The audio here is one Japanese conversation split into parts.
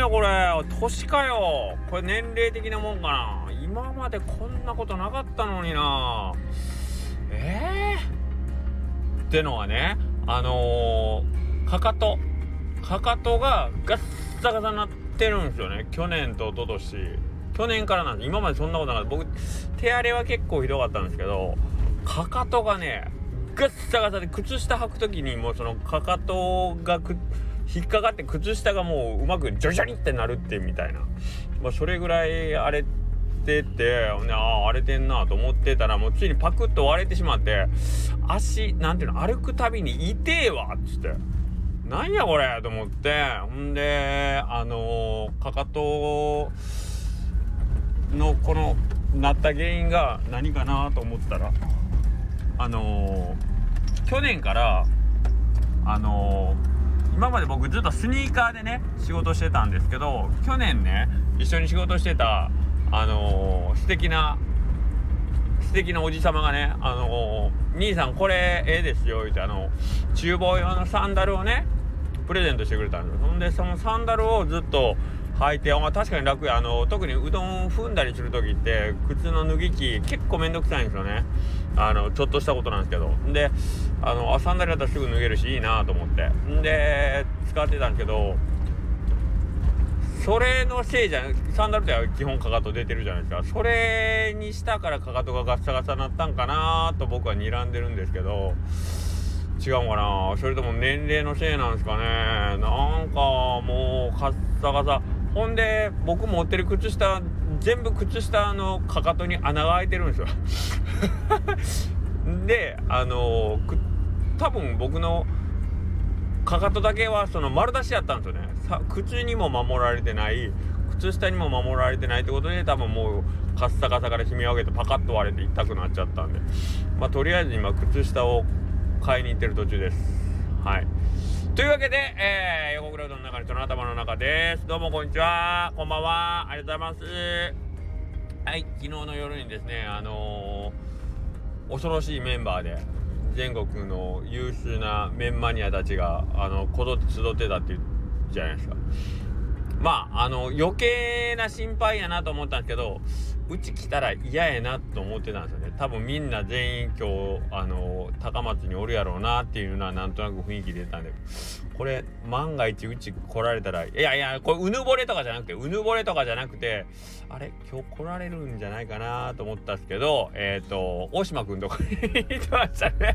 やこれ、年かよ。これ年齢的なもんかな。今までこんなことなかったのにな。ってのはね、かかとがガッサガサになってるんですよね。去年と一昨年、去年からなんで、今までそんなことなかった。僕手荒れは結構ひどかったんですけど、かかとがねガッサガサで、靴下履くときにもうそのかかとが引っかかって靴下がもううまくジョリジョリってなるってみたいな、それぐらい荒れてて、荒れてんなと思ってたら、もうついにパクッと割れてしまって、足なんていうの、歩くたびに痛えわっつって、なんやこれと思って、んでかかとのこのなった原因が何かなと思ったら、去年から今まで僕ずっとスニーカーでね仕事してたんですけど、去年ね一緒に仕事してた素敵なおじさまがね、兄さんこれですよ言って厨房用のサンダルをねプレゼントしてくれたんですよ。ほんでそのサンダルをずっと履いて、確かに楽や。特にうどん踏んだりする時って靴の脱ぎ着結構めんどくさいんですよね。ちょっとしたことなんですけど、でサンダルだったらすぐ脱げるしいいなと思って、で使ってたんですけど、それのせいじゃない、サンダルでは基本かかと出てるじゃないですか。それにしたからかかとがガッサガサになったんかなと僕は睨んでるんですけど、違うかな、それとも年齢のせいなんですかね。なんかもうカッサガサ。ほんで僕持ってる靴下全部靴下のかかとに穴が開いてるんですよで多分僕のかかとだけはその丸出しやったんですよね。靴にも守られてない、靴下にも守られてないってことで、多分もうカッサカサから悲鳴を上げてパカッと割れて痛くなっちゃったんで、とりあえず今靴下を買いに行ってる途中です。はい、というわけで、横倉うどんの中にその頭の中です。どうもこんにちは、こんばんは、ありがとうございます。はい、昨日の夜にですね、恐ろしいメンバーで全国の優秀な麺マニアたちがこぞって集ってたっていうじゃないですか。余計な心配やなと思ったんですけど、うち来たら嫌やなと思ってたんですよね。多分みんな全員今日高松におるやろうなっていうのはなんとなく雰囲気出たんで、これ万が一うち来られたら、いやこれうぬぼれとかじゃなくてあれ今日来られるんじゃないかなと思ったんですけど、大島くんとかに言ってましたね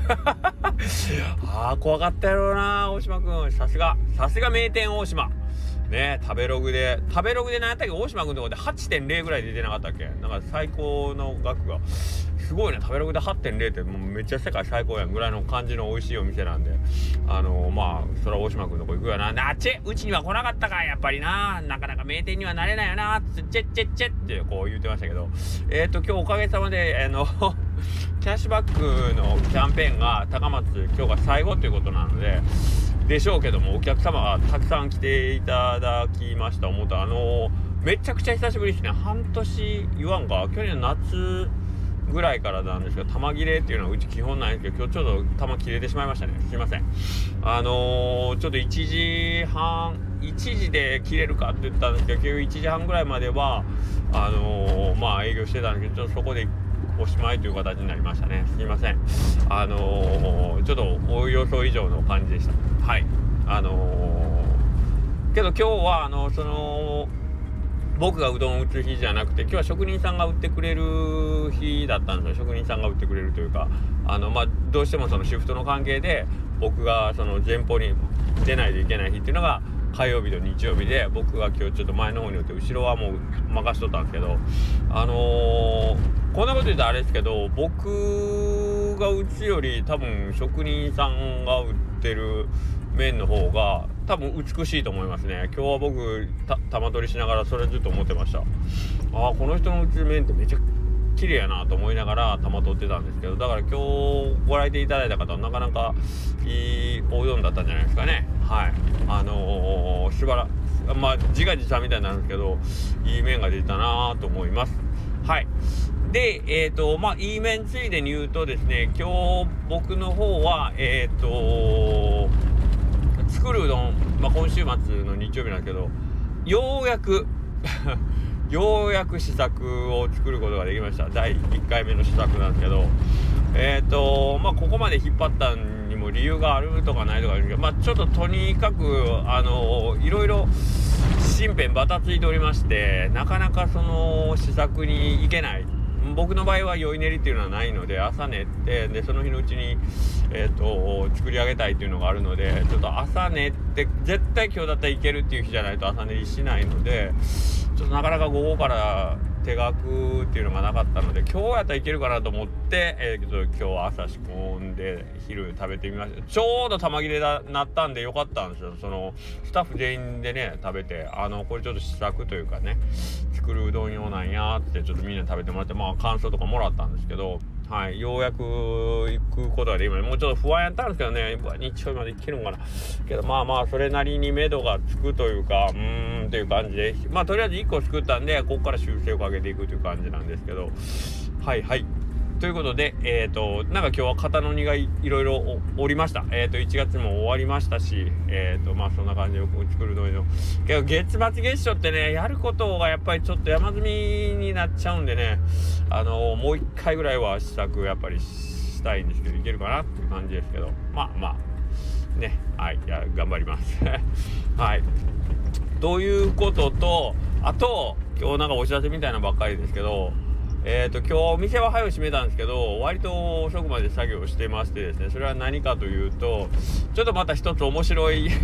怖かったやろうな大島くん。さすが名店大島ね。食べログで何やったっけ、大島君のとこで 8.0 ぐらい出てなかったっけ。なんか最高の額がすごいね。食べログで 8.0 ってもうめっちゃ世界最高やんぐらいの感じの美味しいお店なんで、それは大島君のとこ行くよな。うちには来なかったか、やっぱりなかなか名店にはなれないよなってチェってこう言ってましたけど、今日おかげさまでキャッシュバックのキャンペーンが高松今日が最後ということなのでしょうけども、お客様がたくさん来ていただきました。思っためちゃくちゃ久しぶりですね。半年言わんか、去年の夏ぐらいからなんですけど、玉切れっていうのはうち基本ないんですけど、今日ちょっと玉切れてしまいましたね。すいません。ちょっと1時で切れるかって言ったんですけど、結局1時半ぐらいまでは営業してたんですけど、ちょっとそこでおしまいという形になりましたね。すいません。ちょっとお予想以上の感じでした。はい。けど今日は僕がうどんを打つ日じゃなくて、今日は職人さんが打ってくれる日だったんですよ。職人さんが打ってくれるというか、どうしてもそのシフトの関係で僕がその前方に出ないといけない日っていうのが火曜日と日曜日で、僕が今日ちょっと前の方に打って後ろはもう任しとったんですけど、こんなこと言うとあれですけど、僕が打つより多分職人さんが打ってる麺の方が多分美しいと思いますね。今日は僕玉取りしながらそれずっと思ってました。この人の打つ麺ってめちゃ綺麗やなと思いながら玉取ってたんですけど、だから今日ご来店いただいた方はなかなかいいおうどんだったんじゃないですかね。はい。自画自賛みたいになるんですけど、いい麺が出たなと思います。はい。で、いい麺ついでに言うとですね、今日僕の方は作るうどん、今週末の日曜日なんですけど、 ようやく試作を作ることができました。第1回目の試作なんですけど、ここまで引っ張ったにも理由があるとかないとかあるけど、ちょっととにかくいろいろ身辺バタついておりまして、なかなかその試作に行けない。僕の場合は酔い練りっていうのはないので、朝練ってでその日のうちに、作り上げたいっていうのがあるので、ちょっと朝練って絶対今日だったらいけるっていう日じゃないと朝練りしないので、ちょっとなかなか午後から手が空くっていうのがなかったので、今日やったらいけるかなと思って、今日朝仕込んで昼食べてみました。ちょうど玉切れなったんでよかったんですよ。そのスタッフ全員でね食べて、これちょっと試作というかね、作るうどん用なんやってちょっとみんな食べてもらって、感想とかもらったんですけど、はい、ようやく行くことができました。もうちょっと不安やったんですけどね、日曜日まで行けるのかなけど、それなりに目処がつくというか、という感じで、とりあえず1個作ったんで、ここから修正をかけていくという感じなんですけど、はいということで、なんか今日は肩の荷がいろいろ折りました。1月も終わりましたし、そんな感じで作るのよ。けど月末月初ってね、やることがやっぱりちょっと山積みになっちゃうんでね、もう一回ぐらいは試作やっぱりしたいんですけど、いけるかなっていう感じですけど、ね、はい、頑張りますはいということと、あと今日なんかお知らせみたいなばっかりですけど、今日お店は早く閉めたんですけど、割と遅くまで作業してましてですね、それは何かというと、ちょっとまた一つ面白いち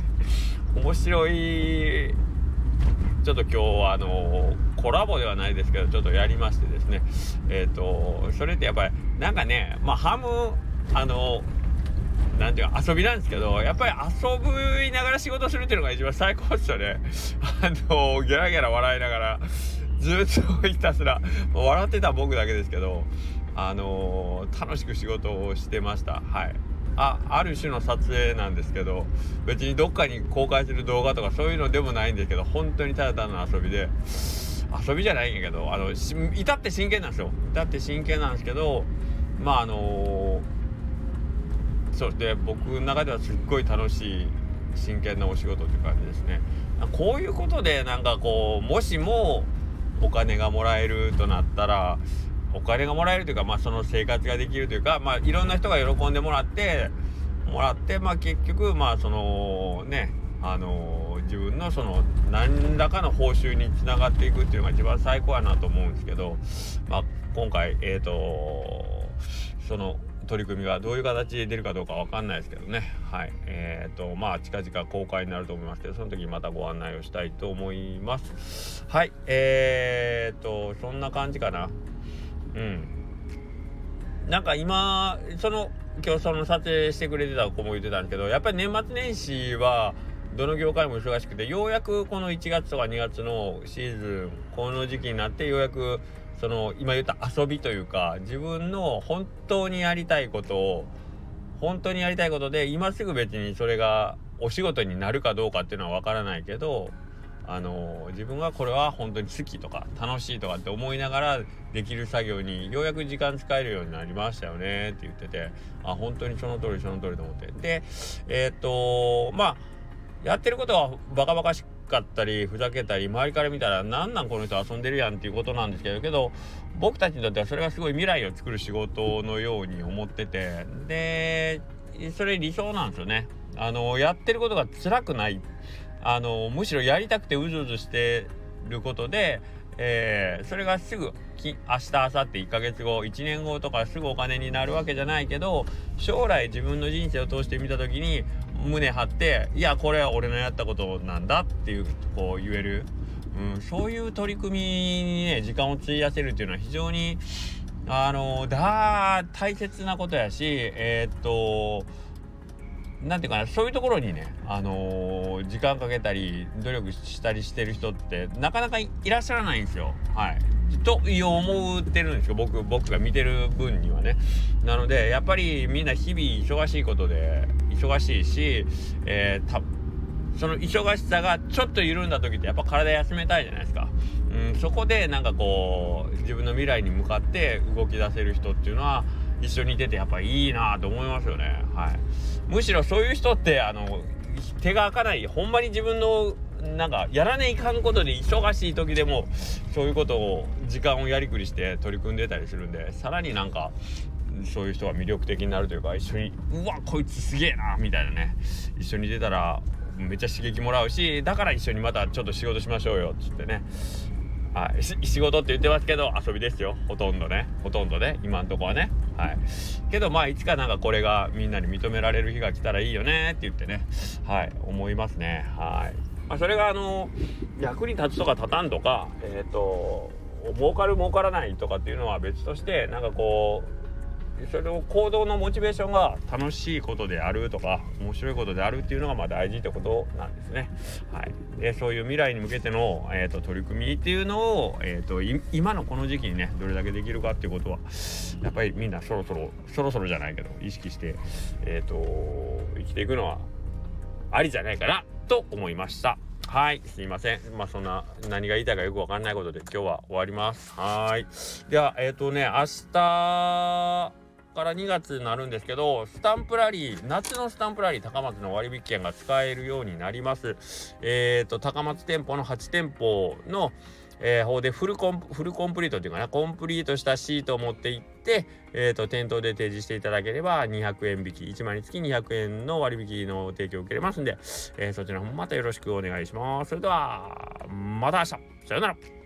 ょっと今日はコラボではないですけど、ちょっとやりましてですね、それってやっぱりなんかね、ハムなんていうか遊びなんですけど、やっぱり遊びながら仕事するっていうのが一番最高ですよねギャラギャラ笑いながらずっとひたすら笑ってた僕だけですけど、楽しく仕事をしてました。はい。ある種の撮影なんですけど、別にどっかに公開する動画とかそういうのでもないんですけど、本当にただ単な遊びで、遊びじゃないんやけど、至って真剣なんですよ。至って真剣なんですけど、そうで、僕の中ではすっごい楽しい真剣なお仕事という感じですね。こういうことでなんかもしもお金がもらえるとなったら、お金がもらえるというか、その生活ができるというか、いろんな人が喜んでもらって結局そのね、自分のその何らかの報酬につながっていくっていうのが一番最高やなと思うんですけど、今回その取り組みがどういう形で出るかどうかわかんないですけどね。はい。近々公開になると思いますけど、その時にまたご案内をしたいと思います。はい。そんな感じかな。なんか今日その撮影してくれてた子も言ってたんですけど、やっぱり年末年始はどの業界も忙しくて、ようやくこの1月とか2月のシーズン、この時期になってようやくその今言った遊びというか、自分の本当にやりたいことで、今すぐ別にそれがお仕事になるかどうかっていうのは分からないけど、自分がこれは本当に好きとか楽しいとかって思いながらできる作業にようやく時間使えるようになりましたよねって言ってて、本当にその通りと思って、でやってることはバカバカしかったりふざけたり、周りから見たらなんこの人遊んでるやんっていうことなんですけど、僕たちにとってはそれがすごい未来を作る仕事のように思ってて、でそれ理想なんですよね。やってることが辛くない、むしろやりたくてうずうずしてることで、それがすぐ明日明後日1ヶ月後1年後とかすぐお金になるわけじゃないけど、将来自分の人生を通して見た時に胸張って、いやこれは俺のやったことなんだっていう言える、そういう取り組みにね時間を費やせるっていうのは非常に大切なことやし、なんていうかな、そういうところにね、時間かけたり努力したりしてる人ってなかなかいらっしゃらないんですよ。はい。と思ってるんですよ。僕が見てる分にはね。なのでやっぱりみんな日々忙しいことで忙しいし、その忙しさがちょっと緩んだ時ってやっぱ体休めたいじゃないですか。そこでなんか自分の未来に向かって動き出せる人っていうのは一緒にいててやっぱいいなと思いますよね。はい。むしろそういう人って手が開かない、ほんまに自分のなんかやらねえかんことで忙しい時でもそういうことを時間をやりくりして取り組んでたりするんで、さらになんかそういう人が魅力的になるというか、一緒にうわこいつすげえなみたいなね、一緒に出たらめっちゃ刺激もらうし、だから一緒にまたちょっと仕事しましょうよっつってね、はい、仕事って言ってますけど遊びですよ、ほとんどね今んとこはね。はい、けどまあいつかなんかこれがみんなに認められる日が来たらいいよねって言ってね、はい思いますね。はい、まあ、それが役に立つとか立たんとか儲かる儲からないとかっていうのは別として、なんかこうそれを行動のモチベーションが楽しいことであるとか面白いことであるっていうのがまあ大事ってことなんですね。はい、でそういう未来に向けての、取り組みっていうのを、今のこの時期にねどれだけできるかっていうことはやっぱりみんなそろそろじゃないけど意識して、生きていくのはありじゃないかなと思いました。はい、すいません。まあそんな何が言いたいかよくわかんないことで今日は終わります。はい。では明日から2月になるんですけど、夏のスタンプラリー高松の割引券が使えるようになります。高松店舗の8店舗の方でフルコンプリートっていうかな、コンプリートしたシートを持って行って店頭で提示していただければ200円引き、1枚につき200円の割引の提供を受けれますんで、そちらもまたよろしくお願いします。それではまた明日、さようなら。